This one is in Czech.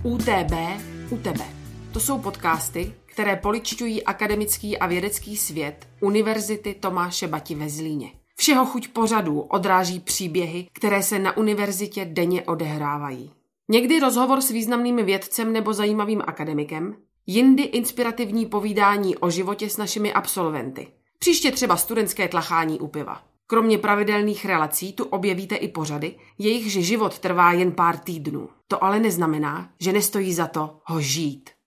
UTB u tebe. To jsou podcasty, které poličťují akademický a vědecký svět Univerzity Tomáše Bati ve Zlíně. Všeho chuť pořadů odráží příběhy, které se na univerzitě denně odehrávají. Někdy rozhovor s významným vědcem nebo zajímavým akademikem, jindy inspirativní povídání o životě s našimi absolventy. Příště třeba studentské tlachání u piva. Kromě pravidelných relací tu objevíte i pořady, jejichž život trvá jen pár týdnů. To ale neznamená, že nestojí za to ho žít.